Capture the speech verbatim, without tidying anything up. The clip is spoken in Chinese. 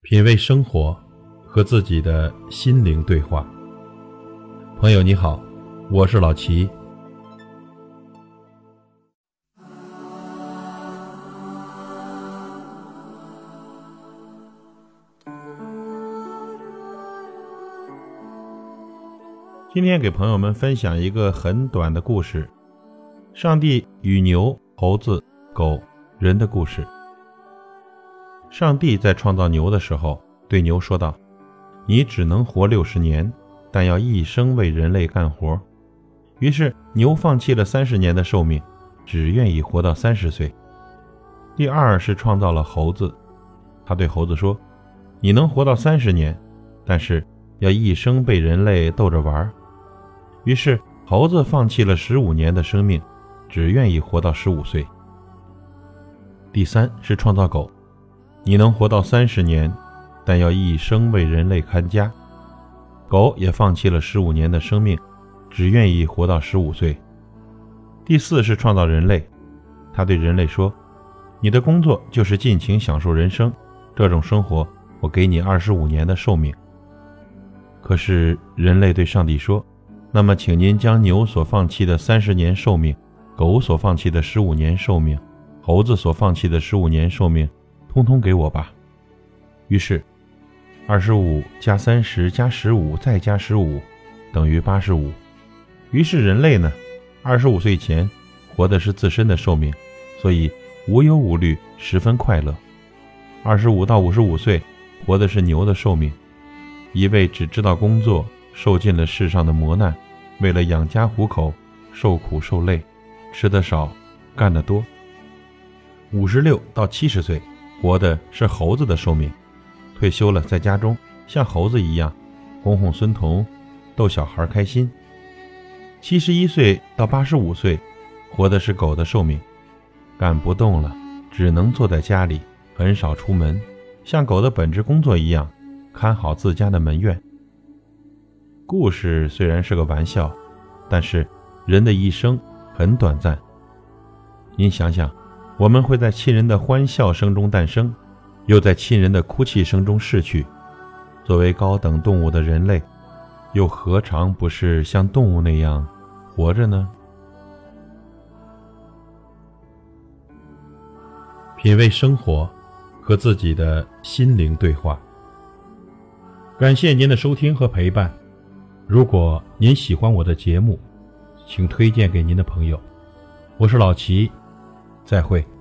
品味生活，和自己的心灵对话。朋友你好，我是老齐。今天给朋友们分享一个很短的故事，上帝与牛、猴子、狗、人的故事。上帝在创造牛的时候对牛说道，你只能活六十年，但要一生为人类干活。于是牛放弃了三十年的寿命，只愿意活到三十岁。第二是创造了猴子，他对猴子说，你能活到三十年，但是要一生被人类逗着玩。于是猴子放弃了十五年的生命，只愿意活到十五岁。第三是创造狗，你能活到三十年，但要一生为人类看家。狗也放弃了十五年的生命，只愿意活到十五岁。第四是创造人类，他对人类说，你的工作就是尽情享受人生，这种生活我给你二十五年的寿命。可是人类对上帝说，那么请您将牛所放弃的三十年寿命，狗所放弃的十五年寿命，猴子所放弃的十五年寿命通通给我吧。于是二十五加三十加十五再加十五等于八十五。于是人类呢，二十五岁前活的是自身的寿命，所以无忧无虑，十分快乐。二十五到五十五岁活的是牛的寿命，一味只知道工作，受尽了世上的磨难，为了养家糊口，受苦受累，吃得少，干得多。五十六到七十岁活的是猴子的寿命，退休了，在家中像猴子一样哄哄孙童，逗小孩开心。七十一岁到八十五岁活的是狗的寿命，干不动了，只能坐在家里，很少出门，像狗的本职工作一样，看好自家的门院。故事虽然是个玩笑，但是人的一生很短暂。您想想，我们会在亲人的欢笑声中诞生，又在亲人的哭泣声中逝去。作为高等动物的人类，又何尝不是像动物那样活着呢？品味生活，和自己的心灵对话。感谢您的收听和陪伴。如果您喜欢我的节目，请推荐给您的朋友。我是老齐，再会。